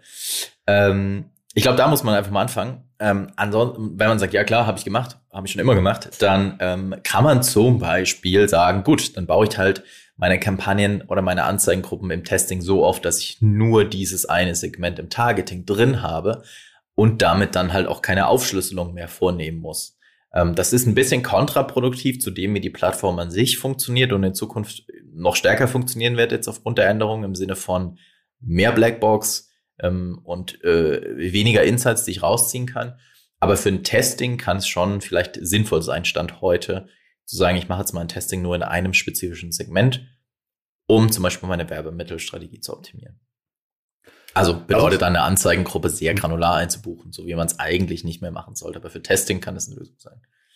ähm, ich glaube, da muss man einfach mal anfangen. Ähm, ansonsten, wenn man sagt, ja klar, habe ich gemacht, habe ich schon immer gemacht, dann ähm, kann man zum Beispiel sagen, gut, dann baue ich halt meine Kampagnen oder meine Anzeigengruppen im Testing so auf, dass ich nur dieses eine Segment im Targeting drin habe und damit dann halt auch keine Aufschlüsselung mehr vornehmen muss. Ähm, das ist ein bisschen kontraproduktiv zu dem, wie die Plattform an sich funktioniert und in Zukunft noch stärker funktionieren wird jetzt aufgrund der Änderungen im Sinne von mehr Blackbox, und äh, weniger Insights, die ich rausziehen kann. Aber für ein Testing kann es schon vielleicht sinnvoll sein, Stand heute, zu sagen, ich mache jetzt mal ein Testing nur in einem spezifischen Segment, um zum Beispiel meine Werbemittelstrategie zu optimieren. Also bedeutet dann eine Anzeigengruppe sehr granular einzubuchen, so wie man es eigentlich nicht mehr machen sollte. Aber für Testing kann es eine Lösung sein.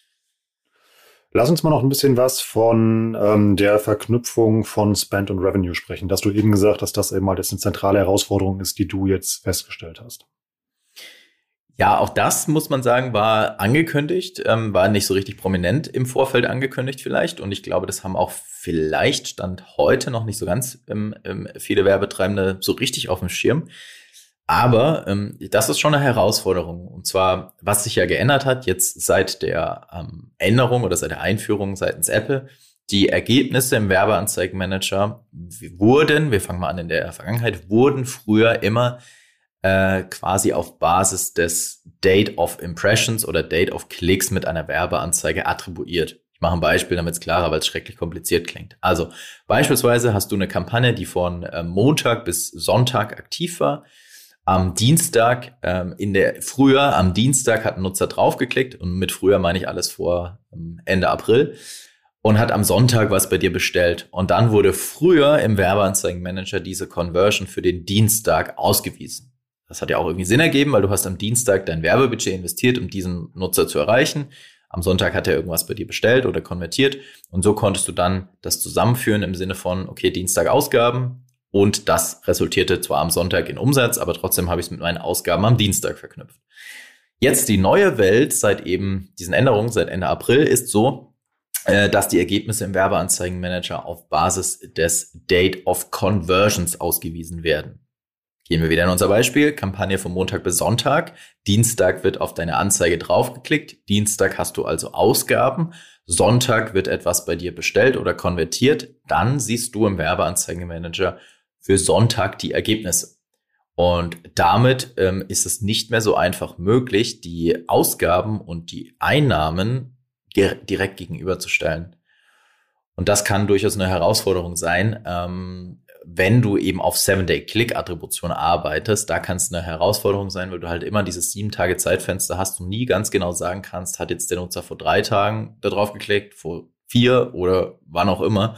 Lass uns mal noch ein bisschen was von ähm, der Verknüpfung von Spend und Revenue sprechen. Dass du eben gesagt hast, dass das eben halt jetzt eine zentrale Herausforderung ist, die du jetzt festgestellt hast. Ja, auch das, muss man sagen, war angekündigt, ähm, war nicht so richtig prominent im Vorfeld angekündigt vielleicht. Und ich glaube, das haben auch vielleicht Stand heute noch nicht so ganz ähm, ähm, viele Werbetreibende so richtig auf dem Schirm. Aber ähm, das ist schon eine Herausforderung. Und zwar, was sich ja geändert hat, jetzt seit der ähm, Änderung oder seit der Einführung seitens Apple, die Ergebnisse im Werbeanzeigenmanager wurden, wir fangen mal an in der Vergangenheit, wurden früher immer äh, quasi auf Basis des Date of Impressions oder Date of Clicks mit einer Werbeanzeige attribuiert. Ich mache ein Beispiel, damit es klarer, weil es schrecklich kompliziert klingt. Also beispielsweise hast du eine Kampagne, die von äh, Montag bis Sonntag aktiv war. Am Dienstag, ähm, in der früher, am Dienstag hat ein Nutzer draufgeklickt und mit früher meine ich alles vor ähm, Ende April und hat am Sonntag was bei dir bestellt. Und dann wurde früher im Werbeanzeigenmanager diese Conversion für den Dienstag ausgewiesen. Das hat ja auch irgendwie Sinn ergeben, weil du hast am Dienstag dein Werbebudget investiert, um diesen Nutzer zu erreichen. am Sonntag hat er irgendwas bei dir bestellt oder konvertiert und so konntest du dann das zusammenführen im Sinne von, okay, Dienstag Ausgaben und das resultierte zwar am Sonntag in Umsatz, aber trotzdem habe ich es mit meinen Ausgaben am Dienstag verknüpft. Jetzt die neue Welt seit eben diesen Änderungen, seit Ende April, ist so, dass die Ergebnisse im Werbeanzeigenmanager auf Basis des Date of Conversions ausgewiesen werden. Gehen wir wieder in unser Beispiel, Kampagne von Montag bis Sonntag. Dienstag wird auf deine Anzeige draufgeklickt. Dienstag hast du also Ausgaben. Sonntag wird etwas bei dir bestellt oder konvertiert. Dann siehst du im Werbeanzeigenmanager für Sonntag die Ergebnisse. Und damit ähm, ist es nicht mehr so einfach möglich, die Ausgaben und die Einnahmen ge- direkt gegenüberzustellen. Und das kann durchaus eine Herausforderung sein, ähm, wenn du eben auf Seven-Day-Click-Attribution arbeitest. Da kann es eine Herausforderung sein, weil du halt immer dieses sieben Tage Zeitfenster hast und nie ganz genau sagen kannst, hat jetzt der Nutzer vor drei Tagen da drauf geklickt, vor vier oder wann auch immer.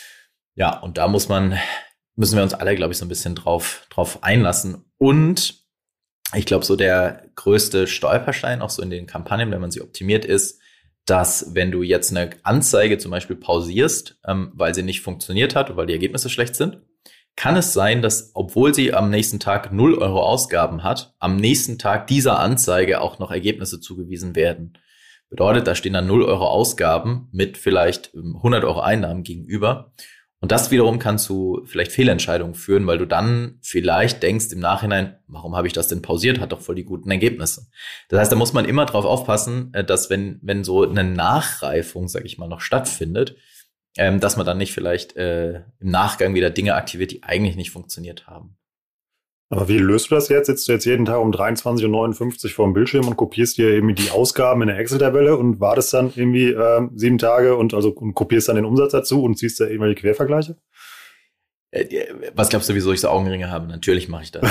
Ja, und da muss man, müssen wir uns alle, glaube ich, so ein bisschen drauf, drauf einlassen. Und ich glaube, so der größte Stolperstein auch so in den Kampagnen, wenn man sie optimiert, ist, dass wenn du jetzt eine Anzeige zum Beispiel pausierst, ähm, weil sie nicht funktioniert hat oder weil die Ergebnisse schlecht sind, kann es sein, dass, obwohl sie am nächsten Tag null Euro Ausgaben hat, am nächsten Tag dieser Anzeige auch noch Ergebnisse zugewiesen werden. Bedeutet, da stehen dann null Euro Ausgaben mit vielleicht hundert Euro Einnahmen gegenüber. Und das wiederum kann zu vielleicht Fehlentscheidungen führen, weil du dann vielleicht denkst im Nachhinein, warum habe ich das denn pausiert, hat doch voll die guten Ergebnisse. Das heißt, da muss man immer drauf aufpassen, dass wenn wenn so eine Nachreifung, sag ich mal, noch stattfindet, ähm, dass man dann nicht vielleicht äh, im Nachgang wieder Dinge aktiviert, die eigentlich nicht funktioniert haben. Aber wie löst du das jetzt? Sitzt du jetzt jeden Tag um dreiundzwanzig Uhr neunundfünfzig vor dem Bildschirm und kopierst dir irgendwie die Ausgaben in der Excel-Tabelle und wartest dann irgendwie äh, sieben Tage und also und kopierst dann den Umsatz dazu und ziehst da irgendwelche Quervergleiche? Äh, was glaubst du, wieso ich so Augenringe habe? Natürlich mache ich das.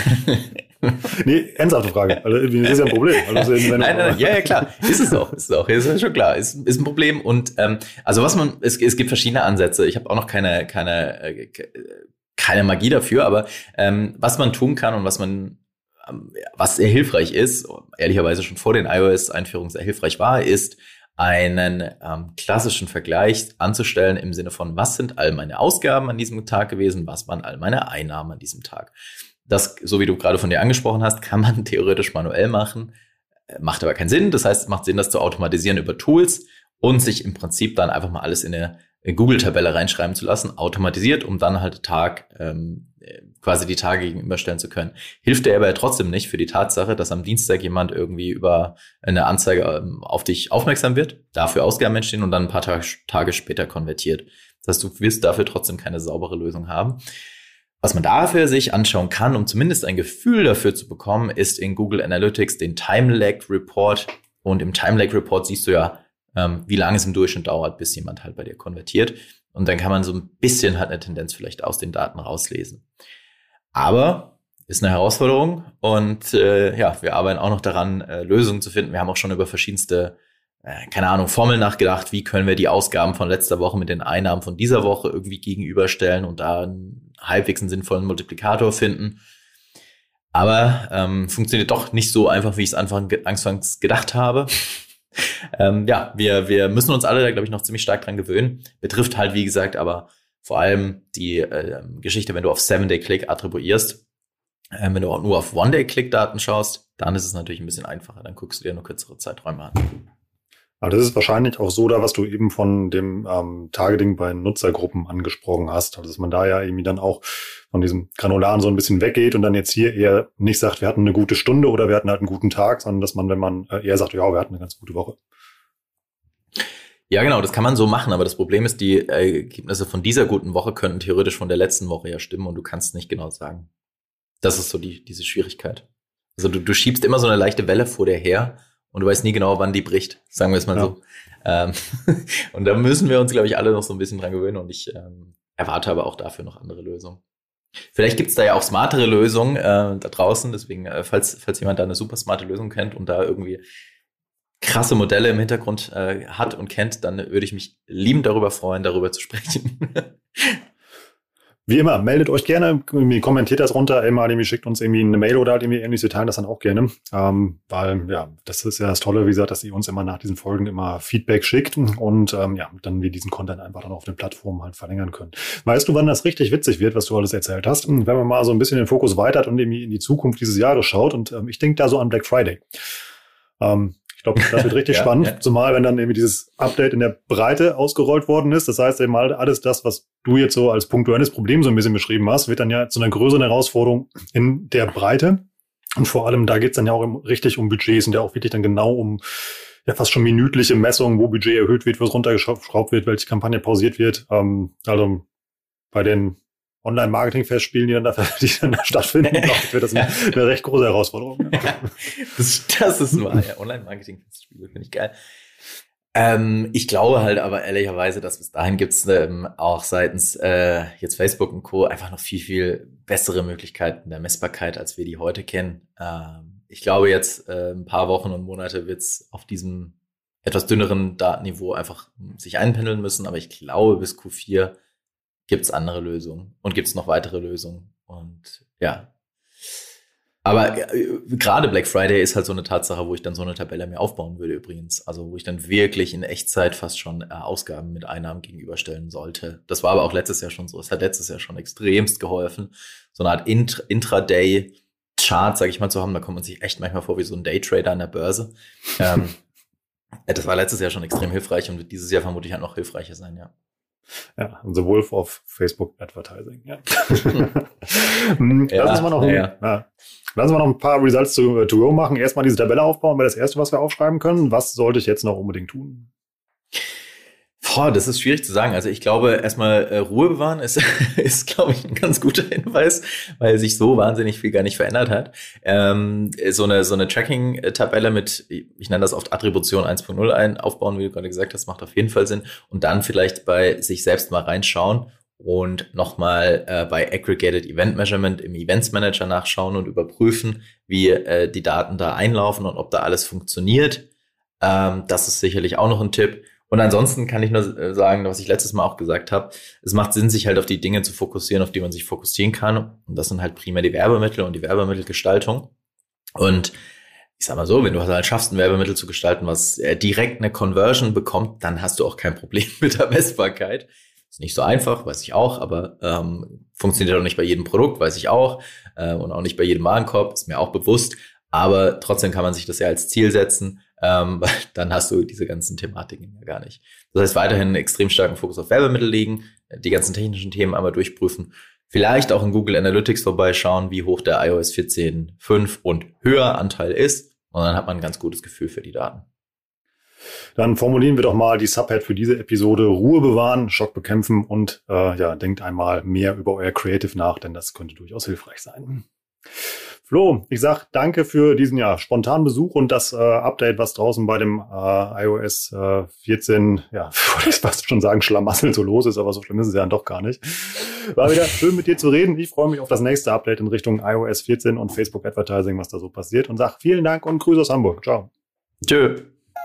Nee, ernsthafte Frage. Also, das ist ja ein Problem. Also, nein, nein, nein, ja, ja, klar. Ist es auch, ist es auch. Ist schon klar. Ist, ist ein Problem. Und ähm, also was man, es, es gibt verschiedene Ansätze. Ich habe auch noch keine, keine, äh, keine Magie dafür, aber ähm, was man tun kann und was man, ähm, was sehr hilfreich ist, ehrlicherweise schon vor den iOS-Einführungen sehr hilfreich war, ist einen ähm, klassischen Vergleich anzustellen im Sinne von, was sind all meine Ausgaben an diesem Tag gewesen, was waren all meine Einnahmen an diesem Tag. Das, so wie du gerade von dir angesprochen hast, kann man theoretisch manuell machen, macht aber keinen Sinn. Das heißt, es macht Sinn, das zu automatisieren über Tools und sich im Prinzip dann einfach mal alles in eine Google-Tabelle reinschreiben zu lassen, automatisiert, um dann halt Tag ähm, quasi die Tage gegenüberstellen zu können. Hilft dir aber ja trotzdem nicht für die Tatsache, dass am Dienstag jemand irgendwie über eine Anzeige ähm, auf dich aufmerksam wird, dafür Ausgaben entstehen und dann ein paar Tage, Tage später konvertiert. Das heißt, du wirst dafür trotzdem keine saubere Lösung haben. Was man dafür sich anschauen kann, um zumindest ein Gefühl dafür zu bekommen, ist in Google Analytics den Time-Lag-Report. Und im Time-Lag-Report siehst du ja, ähm, wie lange es im Durchschnitt dauert, bis jemand halt bei dir konvertiert. Und dann kann man so ein bisschen halt eine Tendenz vielleicht aus den Daten rauslesen. Aber ist eine Herausforderung und äh, ja, wir arbeiten auch noch daran, äh, Lösungen zu finden. Wir haben auch schon über verschiedenste äh, keine Ahnung, Formeln nachgedacht, wie können wir die Ausgaben von letzter Woche mit den Einnahmen von dieser Woche irgendwie gegenüberstellen und da einen halbwegs einen sinnvollen Multiplikator finden. Aber ähm, funktioniert doch nicht so einfach, wie ich es anfangs gedacht habe. ähm, ja, wir wir müssen uns alle da, glaube ich, noch ziemlich stark dran gewöhnen. Betrifft halt, wie gesagt, aber vor allem die äh, Geschichte, wenn du auf Seven-Day-Click attribuierst. Ähm, wenn du auch nur auf One-Day-Click-Daten schaust, dann ist es natürlich ein bisschen einfacher. Dann guckst du dir nur kürzere Zeiträume an. Aber das ist wahrscheinlich auch so da, was du eben von dem ähm, Targeting bei Nutzergruppen angesprochen hast. Also dass man da ja irgendwie dann auch von diesem Granularen so ein bisschen weggeht und dann jetzt hier eher nicht sagt, wir hatten eine gute Stunde oder wir hatten halt einen guten Tag, sondern dass man, wenn man äh, eher sagt, ja, wir hatten eine ganz gute Woche. Ja, genau, das kann man so machen, aber das Problem ist, die Ergebnisse von dieser guten Woche könnten theoretisch von der letzten Woche ja stimmen und du kannst nicht genau sagen. Das ist so die diese Schwierigkeit. Also du, du schiebst immer so eine leichte Welle vor dir her und du weißt nie genau, wann die bricht, sagen wir es mal ja. so. Ähm, und da müssen wir uns, glaube ich, alle noch so ein bisschen dran gewöhnen und ich ähm, erwarte aber auch dafür noch andere Lösungen. Vielleicht gibt's da ja auch smartere Lösungen äh, da draußen, deswegen, äh, falls falls jemand da eine super smarte Lösung kennt und da irgendwie krasse Modelle im Hintergrund äh, hat und kennt, dann würde ich mich liebend darüber freuen, darüber zu sprechen. Wie immer, meldet euch gerne, kommentiert das runter, immer irgendwie schickt uns irgendwie eine Mail oder halt irgendwie ähnlich, wir teilen das dann auch gerne, ähm, weil ja, das ist ja das Tolle, wie gesagt, dass ihr uns immer nach diesen Folgen immer Feedback schickt und ähm, ja, dann wir diesen Content einfach dann auf den Plattformen halt verlängern können. Weißt du, wann das richtig witzig wird, was du alles erzählt hast? Wenn man mal so ein bisschen den Fokus weitert und irgendwie in die Zukunft dieses Jahres schaut und ähm, ich denke da so an Black Friday. Ähm, Ich glaube, das wird richtig ja, spannend, ja. Zumal wenn dann irgendwie dieses Update in der Breite ausgerollt worden ist. Das heißt eben mal alles das, was du jetzt so als punktuelles Problem so ein bisschen beschrieben hast, wird dann ja zu einer größeren Herausforderung in der Breite. Und vor allem, da geht es dann ja auch richtig um Budgets und ja auch wirklich dann genau um ja fast schon minütliche Messungen, wo Budget erhöht wird, was runtergeschraubt wird, welche Kampagne pausiert wird. Ähm, also bei den Online-Marketing-Festspielen, die dann da, die dann da stattfinden, glaube ich, wird das eine, eine recht große Herausforderung. Ja. das, das ist wahr, ja. Online-Marketing-Festspiele finde ich geil. Ähm, ich glaube halt aber ehrlicherweise, dass bis dahin gibt's ähm, auch seitens äh, jetzt Facebook und Co. einfach noch viel, viel bessere Möglichkeiten der Messbarkeit, als wir die heute kennen. Ähm, ich glaube jetzt äh, ein paar Wochen und Monate wird's auf diesem etwas dünneren Datenniveau einfach sich einpendeln müssen, aber ich glaube bis Q vier gibt's andere Lösungen und gibt's noch weitere Lösungen und ja. Aber äh, gerade Black Friday ist halt so eine Tatsache, wo ich dann so eine Tabelle mir aufbauen würde übrigens. Also wo ich dann wirklich in Echtzeit fast schon äh, Ausgaben mit Einnahmen gegenüberstellen sollte. Das war aber auch letztes Jahr schon so. Es hat letztes Jahr schon extremst geholfen, so eine Art Int- Intraday-Chart, sag ich mal, zu haben. Da kommt man sich echt manchmal vor wie so ein Daytrader an der Börse. ähm, das war letztes Jahr schon extrem hilfreich und wird dieses Jahr vermutlich halt noch hilfreicher sein, ja. Ja, The Wolf of Facebook Advertising. Ja. Lass ja, uns mal noch, ja. ja. Lass uns mal noch ein paar Results to, to go machen. Erstmal diese Tabelle aufbauen, wäre das erste, was wir aufschreiben können. Was sollte ich jetzt noch unbedingt tun? Boah, das ist schwierig zu sagen. Also ich glaube, erstmal äh, Ruhe bewahren ist, ist glaube ich, ein ganz guter Hinweis, weil sich so wahnsinnig viel gar nicht verändert hat. Ähm, so eine so eine Tracking-Tabelle mit, ich nenne das oft Attribution eins Punkt null ein, aufbauen, wie du gerade gesagt hast, macht auf jeden Fall Sinn. Und dann vielleicht bei sich selbst mal reinschauen und nochmal äh, bei Aggregated Event Measurement im Events Manager nachschauen und überprüfen, wie äh, die Daten da einlaufen und ob da alles funktioniert. Ähm, das ist sicherlich auch noch ein Tipp. Und ansonsten kann ich nur sagen, was ich letztes Mal auch gesagt habe, es macht Sinn, sich halt auf die Dinge zu fokussieren, auf die man sich fokussieren kann. Und das sind halt primär die Werbemittel und die Werbemittelgestaltung. Und ich sag mal so, wenn du halt schaffst, ein Werbemittel zu gestalten, was direkt eine Conversion bekommt, dann hast du auch kein Problem mit der Messbarkeit. Ist nicht so einfach, weiß ich auch, aber ähm, funktioniert auch nicht bei jedem Produkt, weiß ich auch. Äh, und auch nicht bei jedem Warenkorb, ist mir auch bewusst. Aber trotzdem kann man sich das ja als Ziel setzen, ähm, weil dann hast du diese ganzen Thematiken ja gar nicht. Das heißt, weiterhin einen extrem starken Fokus auf Werbemittel legen, die ganzen technischen Themen einmal durchprüfen, vielleicht auch in Google Analytics vorbeischauen, wie hoch der i O S vierzehn Punkt fünf und höher Anteil ist. Und dann hat man ein ganz gutes Gefühl für die Daten. Dann formulieren wir doch mal die Subhead für diese Episode: Ruhe bewahren, Schock bekämpfen und äh, ja, denkt einmal mehr über euer Creative nach, denn das könnte durchaus hilfreich sein. Flo, ich sag danke für diesen ja spontanen Besuch und das äh, Update, was draußen bei dem äh, i O S äh, vierzehn, ja, wollte ich fast schon sagen, Schlamassel so los ist, aber so schlimm ist es ja dann doch gar nicht. War wieder schön mit dir zu reden. Ich freue mich auf das nächste Update in Richtung i O S vierzehn und Facebook Advertising, was da so passiert, und sag vielen Dank und Grüße aus Hamburg. Ciao. Tschö.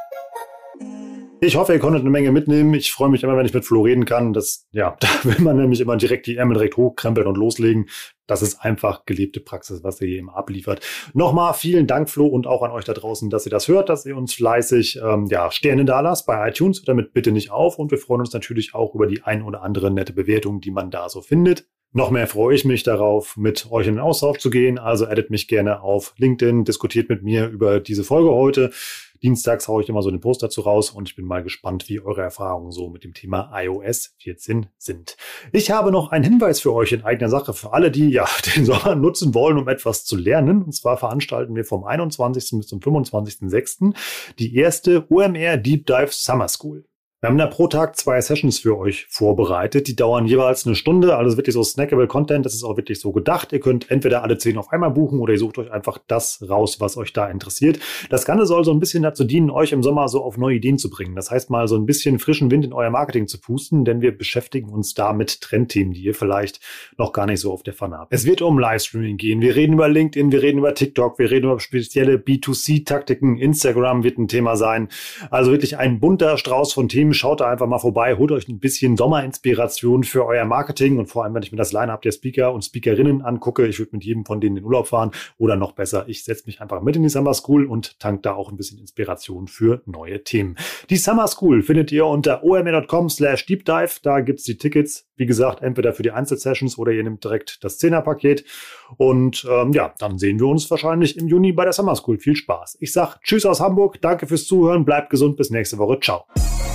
Ich hoffe, ihr konntet eine Menge mitnehmen. Ich freue mich immer, wenn ich mit Flo reden kann. Das, ja, da will man nämlich immer direkt die Ärmel direkt hochkrempeln und loslegen. Das ist einfach gelebte Praxis, was ihr hier immer abliefert. Nochmal vielen Dank, Flo, und auch an euch da draußen, dass ihr das hört, dass ihr uns fleißig ähm, ja, Sterne da lasst bei iTunes. Damit bitte nicht auf. Und wir freuen uns natürlich auch über die ein oder andere nette Bewertung, die man da so findet. Noch mehr freue ich mich darauf, mit euch in den Austausch zu gehen. Also addet mich gerne auf LinkedIn, diskutiert mit mir über diese Folge heute. Dienstags haue ich immer so den Post dazu raus und ich bin mal gespannt, wie eure Erfahrungen so mit dem Thema i O S vierzehn sind. Ich habe noch einen Hinweis für euch in eigener Sache für alle, die ja den Sommer nutzen wollen, um etwas zu lernen. Und zwar veranstalten wir vom einundzwanzigsten bis zum fünfundzwanzigsten sechsten die erste O M R Deep Dive Summer School. Wir haben da pro Tag zwei Sessions für euch vorbereitet. Die dauern jeweils eine Stunde, also wirklich so snackable Content. Das ist auch wirklich so gedacht. Ihr könnt entweder alle zehn auf einmal buchen oder ihr sucht euch einfach das raus, was euch da interessiert. Das Ganze soll so ein bisschen dazu dienen, euch im Sommer so auf neue Ideen zu bringen. Das heißt, mal so ein bisschen frischen Wind in euer Marketing zu pusten, denn wir beschäftigen uns da mit Trendthemen, die ihr vielleicht noch gar nicht so auf der Pfanne habt. Es wird um Livestreaming gehen. Wir reden über LinkedIn, wir reden über TikTok, wir reden über spezielle B zwei C Taktiken. Instagram wird ein Thema sein. Also wirklich ein bunter Strauß von Themen, Team. Schaut da einfach mal vorbei, holt euch ein bisschen Sommerinspiration für euer Marketing und vor allem, wenn ich mir das Line-Up der Speaker und Speakerinnen angucke, ich würde mit jedem von denen in Urlaub fahren oder noch besser, ich setze mich einfach mit in die Summer School und tank da auch ein bisschen Inspiration für neue Themen. Die Summer School findet ihr unter o m r punkt com slash deep dive. Da gibt's die Tickets, wie gesagt, entweder für die Einzelsessions oder ihr nehmt direkt das Zehner-Paket. Und ähm, ja, dann sehen wir uns wahrscheinlich im Juni bei der Summer School. Viel Spaß. Ich sag Tschüss aus Hamburg, danke fürs Zuhören, bleibt gesund, bis nächste Woche. Ciao.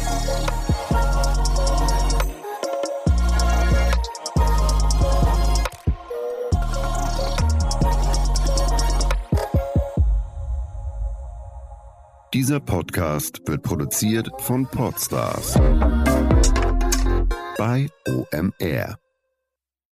Dieser Podcast wird produziert von Podstars bei O M R.